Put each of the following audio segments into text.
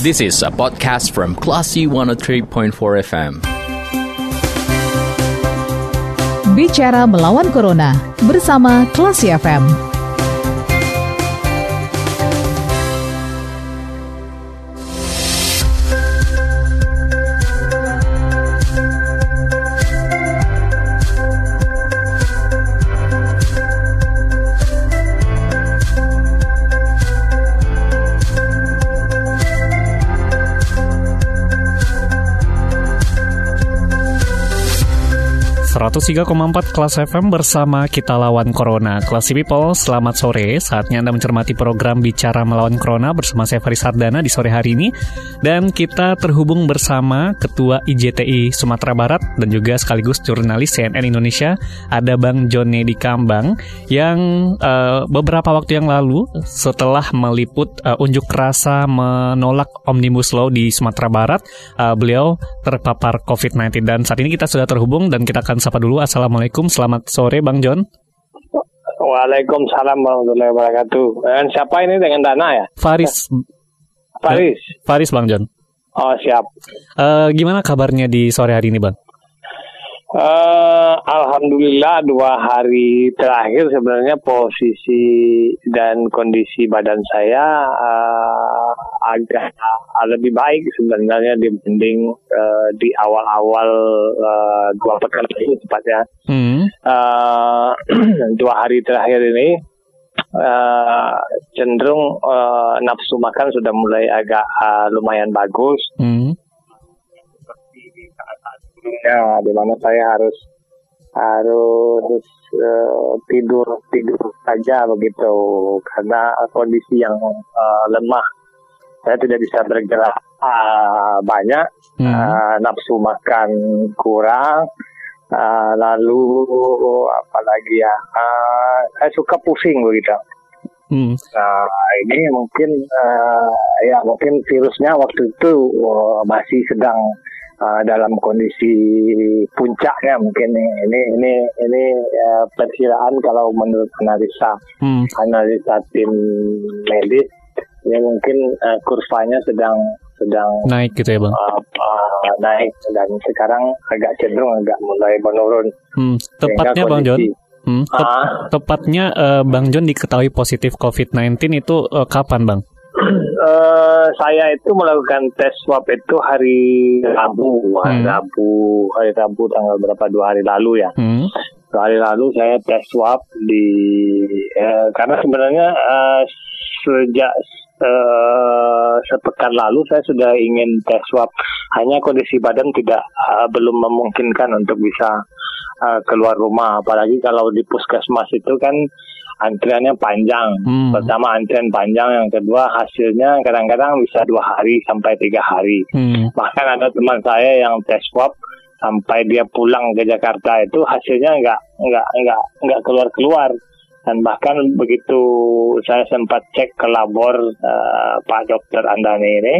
This is a podcast from Classy 103.4 FM. Bicara melawan Corona bersama Classy FM. 103,4 Kelas FM bersama kita lawan Corona. Classy People, selamat sore. Saatnya Anda mencermati program Bicara Melawan Corona bersama saya Faris Hardana di sore hari ini. Dan kita terhubung bersama Ketua IJTI Sumatera Barat dan juga sekaligus jurnalis CNN Indonesia, ada Bang John Nedi Kambang, yang beberapa waktu yang lalu setelah meliput unjuk rasa menolak Omnibus Law di Sumatera Barat, beliau terpapar COVID-19. Dan saat ini kita sudah terhubung dan kita akan sapa dulu. Assalamualaikum, selamat sore Bang John. Waalaikumsalam warahmatullahi wabarakatuh. Dengan siapa ini, dengan Dana ya? Faris Bang John. Oh siap. Gimana kabarnya di sore hari ini Bang? Alhamdulillah 2 hari terakhir sebenarnya posisi dan kondisi badan saya agak lebih baik sebenarnya dibanding di awal-awal 2 pekan ini tepatnya. 2 hari terakhir ini cenderung nafsu makan sudah mulai agak lumayan bagus. Ya, di mana saya harus tidur saja begitu karena kondisi yang lemah. Saya tidak bisa bergerak banyak, nafsu makan kurang, lalu apalagi ya, saya suka pusing begitu. Nah, ini mungkin mungkin virusnya waktu itu masih sedang dalam kondisi puncaknya mungkin ini perkiraan kalau menurut analisa tim medis ya mungkin kurvanya sedang naik gitu ya Bang. Naik dan sekarang agak cenderung agak mulai menurun. Tepatnya Bang John. Tepatnya Bang John diketahui positif COVID-19 itu kapan Bang? Saya itu melakukan tes swab itu hari Rabu tanggal berapa 2 hari lalu ya. 2 hari lalu saya tes swab karena sebenarnya sejak sepekan lalu saya sudah ingin tes swab, hanya kondisi badan belum memungkinkan untuk bisa keluar rumah, apalagi kalau di puskesmas itu kan antriannya panjang. Pertama antrian panjang, yang kedua hasilnya kadang-kadang bisa 2 hari sampai 3 hari. Bahkan ada teman saya yang tes swab sampai dia pulang ke Jakarta itu hasilnya nggak keluar. Dan bahkan begitu saya sempat cek ke labor Pak Dokter Andani ini,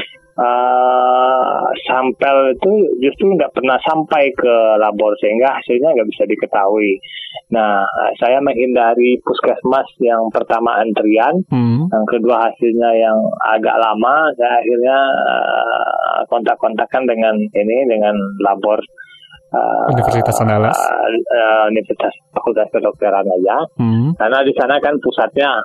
sampel itu justru nggak pernah sampai ke labor sehingga hasilnya nggak bisa diketahui. Nah, saya menghindari puskesmas yang pertama antrian, yang kedua hasilnya yang agak lama. Saya akhirnya kontak-kontakan dengan labor Universitas Andalas, Universitas Fakultas Kedokteran aja, karena di sana kan pusatnya.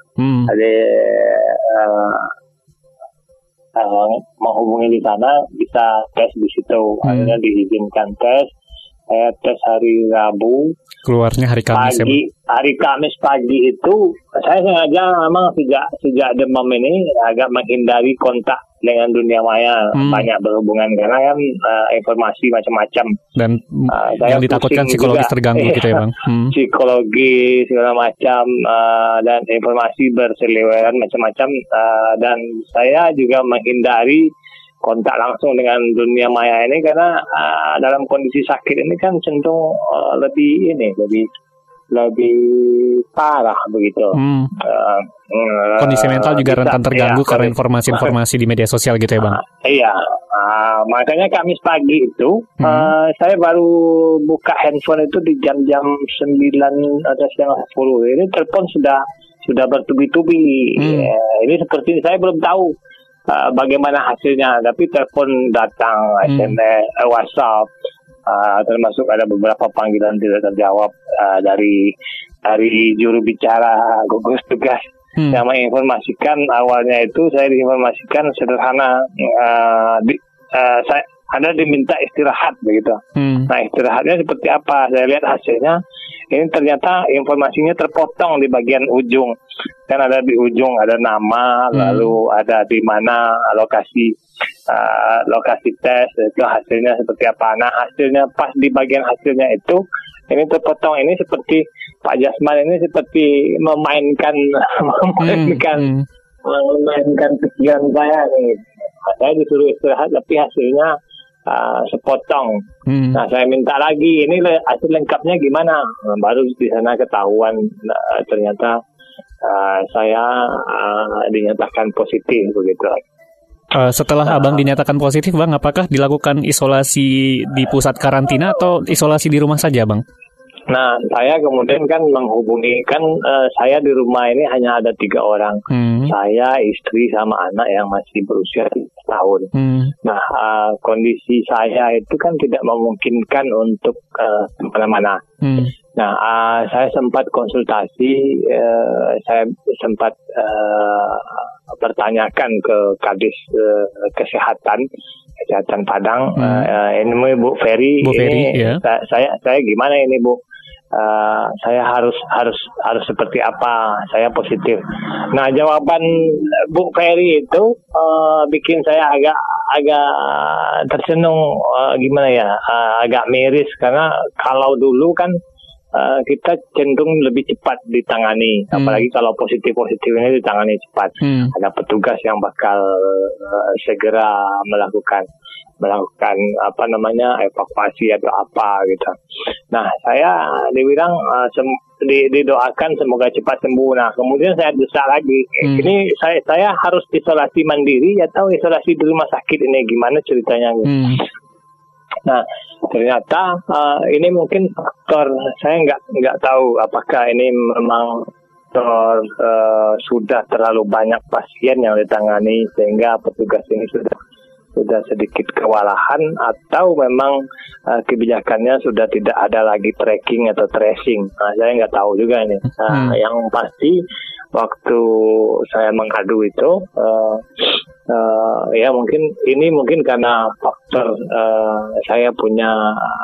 Menghubungi di sana bisa tes di situ. Akhirnya diizinkan tes. Saya tes hari Rabu. Keluarnya hari Kamis pagi. Hari Kamis pagi itu saya sengaja memang sejak demam ini agak menghindari kontak dengan dunia maya, banyak berhubungan karena kan informasi macam-macam. Dan yang ditakutkan psikologis terganggu gitu ya Bang. Psikologi segala macam dan informasi berseliweran macam-macam, dan saya juga menghindari kontak langsung dengan dunia maya ini karena dalam kondisi sakit ini kan cenderung lebih parah begitu. Kondisi mental juga rentan terganggu karena informasi-informasi di media sosial gitu ya Bang. Iya, makanya Kamis pagi itu saya baru buka handphone itu di jam-jam 9 atau setengah 10. Ini telepon sudah bertubi-tubi. Ini seperti saya belum tahu bagaimana hasilnya. Tapi telepon datang, SMS, WhatsApp, termasuk ada beberapa panggilan tidak terjawab dari juru bicara gugus tugas yang menginformasikan. Awalnya itu saya diinformasikan sederhana, Anda diminta istirahat begitu. Nah, istirahatnya seperti apa? Saya lihat hasilnya, ini ternyata informasinya terpotong di bagian ujung. Kan ada di ujung ada nama, lalu ada di mana lokasi tes, itu hasilnya seperti apa. Nah, hasilnya pas di bagian hasilnya itu ini terpotong. Ini seperti Pak Jasman ini seperti memainkan pikiran saya nih. Saya disuruh istirahat tapi hasilnya sepotong. Nah, saya minta lagi, ini hasil lengkapnya gimana? Baru di sana ketahuan ternyata saya dinyatakan positif begitu. Setelah Abang dinyatakan positif, Bang, apakah dilakukan isolasi di pusat karantina atau isolasi di rumah saja, Bang? Nah, saya kemudian kan menghubungi, saya di rumah ini hanya ada 3 orang. Saya, istri, sama anak yang masih berusia 3 tahun. Nah, kondisi saya itu kan tidak memungkinkan untuk kemana-mana. Nah, saya sempat konsultasi, saya sempat bertanyakan ke Kadis Kesehatan Padang. Ini Bu Ferry, ya. Saya gimana ini Bu? Saya harus seperti apa? Saya positif. Nah, jawaban Bu Ferry itu bikin saya agak tersenung, gimana ya? Agak miris karena kalau dulu kan kita cenderung lebih cepat ditangani, apalagi kalau positif ini ditangani cepat. Ada petugas yang bakal segera melakukan evakuasi atau apa gitu. Nah, saya dibilang didoakan semoga cepat sembuh. Nah, kemudian saya desak lagi. Ini saya harus isolasi mandiri atau isolasi di rumah sakit, ini gimana ceritanya? Nah, ternyata ini mungkin faktor, saya nggak tahu apakah ini memang sudah terlalu banyak pasien yang ditangani sehingga petugas ini sudah sedikit kewalahan, atau memang kebijakannya sudah tidak ada lagi tracking atau tracing. Nah, saya nggak tahu juga ini. Yang pasti waktu saya mengadu itu, ya mungkin karena faktor saya punya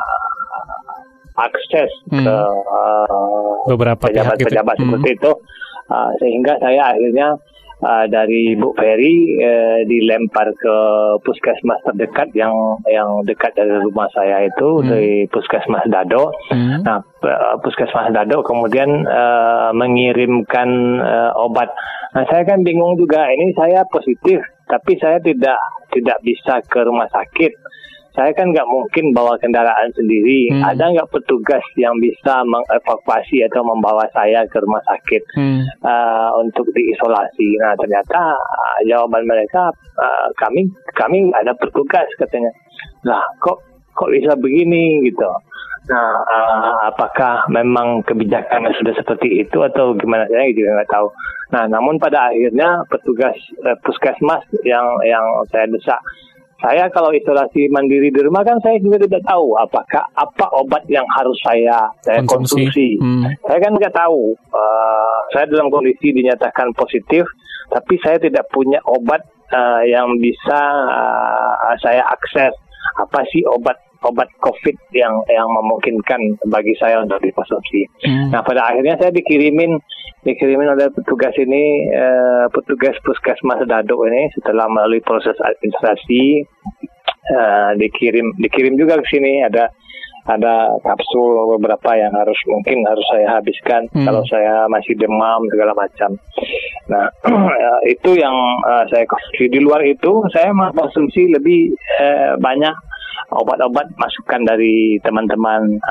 akses ke beberapa pejabat seperti itu, sehingga saya akhirnya dari Bu Ferry dilempar ke puskesmas terdekat yang dekat dari rumah saya itu, dari Puskesmas Dado. Nah, Puskesmas Dado kemudian mengirimkan obat. Nah, saya kan bingung juga, ini saya positif tapi saya tidak bisa ke rumah sakit. Saya kan nggak mungkin bawa kendaraan sendiri. Ada nggak petugas yang bisa mengevakuasi atau membawa saya ke rumah sakit untuk diisolasi? Nah, ternyata jawaban mereka, kami ada petugas katanya. Lah, kok bisa begini gitu? Nah, apakah memang kebijakannya sudah seperti itu atau gimana? Saya juga nggak tahu. Nah, namun pada akhirnya petugas puskesmas yang saya desak, saya kalau isolasi mandiri di rumah kan saya juga tidak tahu apa obat yang harus saya konsumsi. Saya kan nggak tahu. Saya dalam kondisi dinyatakan positif, tapi saya tidak punya obat yang bisa saya akses. Apa sih obat COVID yang memungkinkan bagi saya untuk dikonsumsi? Nah, pada akhirnya saya dikirimin oleh petugas ini, petugas Puskesmas Dado ini, setelah melalui proses administrasi, dikirim juga ke sini. Ada kapsul beberapa yang harus saya habiskan kalau saya masih demam segala macam. Nah, itu yang saya konsumsi. Di luar itu saya mengkonsumsi lebih banyak obat-obat masukan dari teman-teman.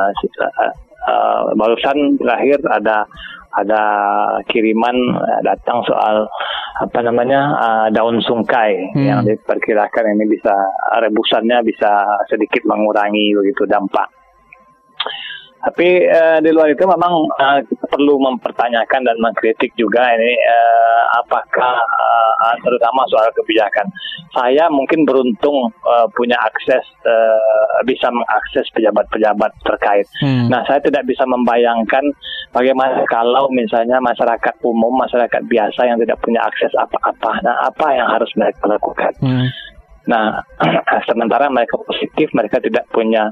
Barusan terakhir ada kiriman datang soal daun sungkai yang diperkirakan ini rebusannya bisa sedikit mengurangi begitu dampak. Tapi di luar itu memang kita perlu mempertanyakan dan mengkritik juga ini apakah terutama soal kebijakan. Saya mungkin beruntung punya akses, bisa mengakses pejabat-pejabat terkait. Nah, saya tidak bisa membayangkan bagaimana kalau misalnya masyarakat umum, masyarakat biasa yang tidak punya akses apa-apa. Nah, apa yang harus mereka lakukan? Nah, sementara mereka positif, mereka tidak punya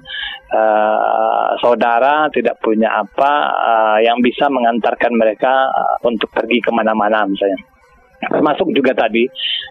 saudara, tidak punya yang bisa mengantarkan mereka untuk pergi kemana-mana misalnya. Termasuk juga tadi,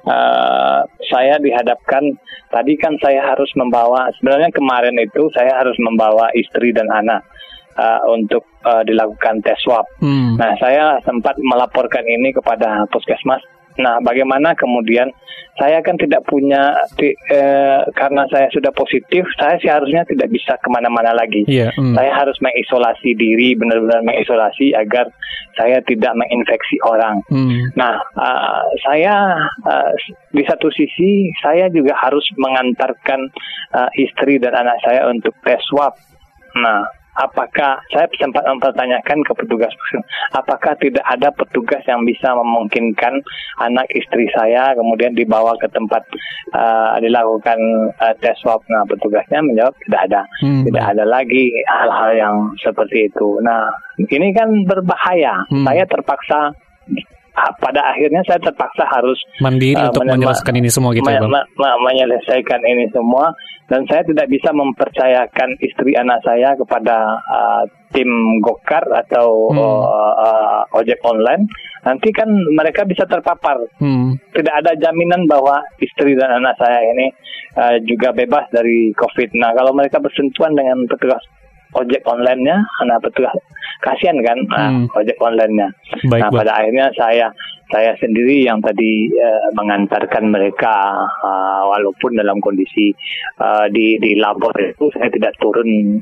saya dihadapkan, tadi kan saya harus membawa, sebenarnya kemarin itu saya harus membawa istri dan anak untuk dilakukan tes swab. Nah, saya sempat melaporkan ini kepada puskesmas. Nah, bagaimana kemudian saya kan tidak punya, karena saya sudah positif, saya seharusnya tidak bisa kemana-mana lagi. Saya harus mengisolasi diri, benar-benar mengisolasi agar saya tidak menginfeksi orang. Nah, saya di satu sisi, saya juga harus mengantarkan istri dan anak saya untuk tes swab. Nah, apakah saya sempat mempertanyakan ke petugas, apakah tidak ada petugas yang bisa memungkinkan anak istri saya kemudian dibawa ke tempat dilakukan tes swab? Nah, petugasnya menjawab tidak ada, tidak ada lagi hal-hal yang seperti itu. Nah, ini kan berbahaya. Saya terpaksa, pada akhirnya saya terpaksa harus mandiri untuk menyelesaikan ini semua gitu ya, Bang? Menyelesaikan ini semua, dan saya tidak bisa mempercayakan istri anak saya kepada tim Gokar atau ojek online. Nanti kan mereka bisa terpapar. Tidak ada jaminan bahwa istri dan anak saya ini juga bebas dari COVID. Nah, kalau mereka bersentuhan dengan petugas ojek online-nya, anak petugas, kasihan kan ojek online-nya. Nah, pada akhirnya saya sendiri yang tadi mengantarkan mereka, walaupun dalam kondisi di labor itu saya tidak turun,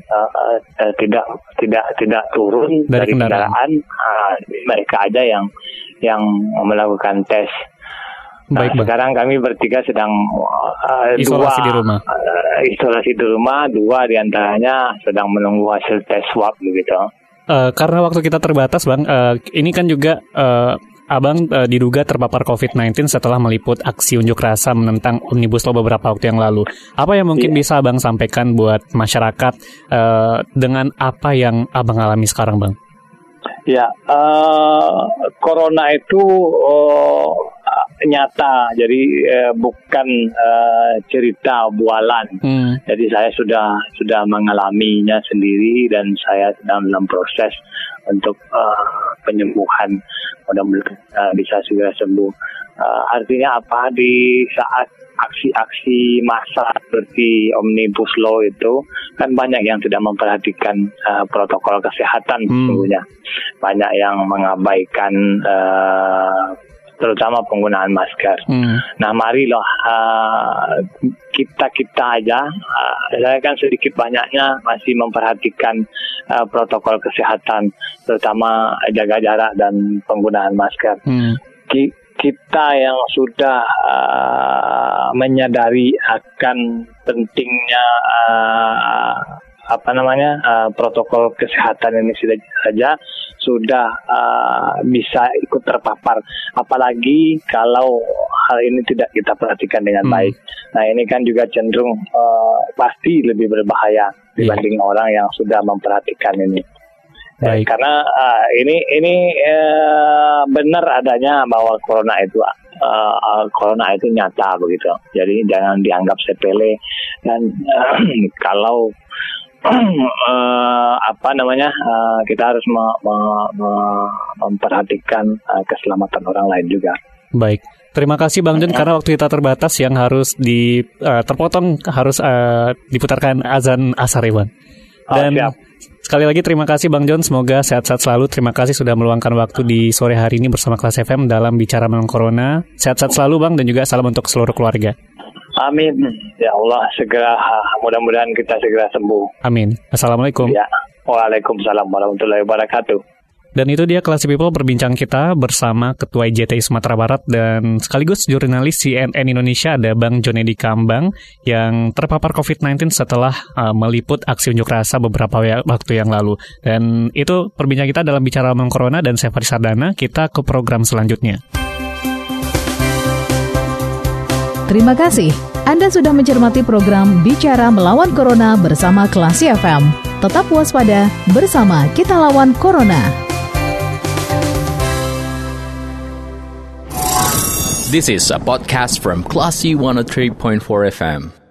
tidak turun dari kendaraan. Mereka aja yang melakukan tes. Nah, sekarang kami bertiga sedang isolasi di rumah, 2 diantaranya sedang menunggu hasil tes swab begitu. Karena waktu kita terbatas, Bang, ini kan juga Abang diduga terpapar COVID-19 setelah meliput aksi unjuk rasa menentang Omnibus Law beberapa waktu yang lalu. Apa yang mungkin bisa Abang sampaikan buat masyarakat dengan apa yang Abang alami sekarang, Bang? Ya, corona itu nyata, jadi bukan cerita bualan. Jadi saya sudah mengalaminya sendiri dan saya sedang dalam proses untuk penyembuhan. Mudah-mudahan bisa segera sembuh. Artinya apa? Di saat aksi-aksi massa seperti Omnibus Law itu kan banyak yang tidak memperhatikan protokol kesehatan sesungguhnya. Banyak yang mengabaikan terutama penggunaan masker. Nah, marilah kita aja, saya kan sedikit banyaknya masih memperhatikan protokol kesehatan, terutama jaga jarak dan penggunaan masker. Kita yang sudah menyadari akan pentingnya protokol kesehatan ini sudah bisa ikut terpapar, apalagi kalau hal ini tidak kita perhatikan dengan baik. Nah, ini kan juga cenderung pasti lebih berbahaya dibanding orang yang sudah memperhatikan ini. Karena ini benar adanya bahwa corona itu nyata begitu. Jadi jangan dianggap sepele, dan kalau kita harus memperhatikan keselamatan orang lain juga. Baik, terima kasih Bang John, karena waktu kita terbatas yang harus terpotong, harus diputarkan azan asar, Bang. Dan sekali lagi terima kasih Bang John, semoga sehat-sehat selalu. Terima kasih sudah meluangkan waktu di sore hari ini bersama Kelas FM dalam Bicara Melawan Corona. Sehat-sehat selalu Bang, dan juga salam untuk seluruh keluarga. Amin. Ya Allah, segera, mudah-mudahan kita segera sembuh. Amin. Assalamualaikum. Ya. Waalaikumsalam warahmatullahi wabarakatuh. Dan itu dia Classy People berbincang kita bersama Ketua IJTI Sumatera Barat dan sekaligus jurnalis CNN Indonesia, ada Bang Jonedi Kambang yang terpapar COVID-19 setelah meliput aksi unjuk rasa beberapa waktu yang lalu. Dan itu perbincangan kita dalam Bicara Melawan Corona, dan saya Faris Sardana. Kita ke program selanjutnya. Terima kasih. Anda sudah mencermati program Bicara Melawan Corona bersama Classy FM. Tetap waspada, bersama kita lawan Corona. This is a podcast from Classy 103.4 FM.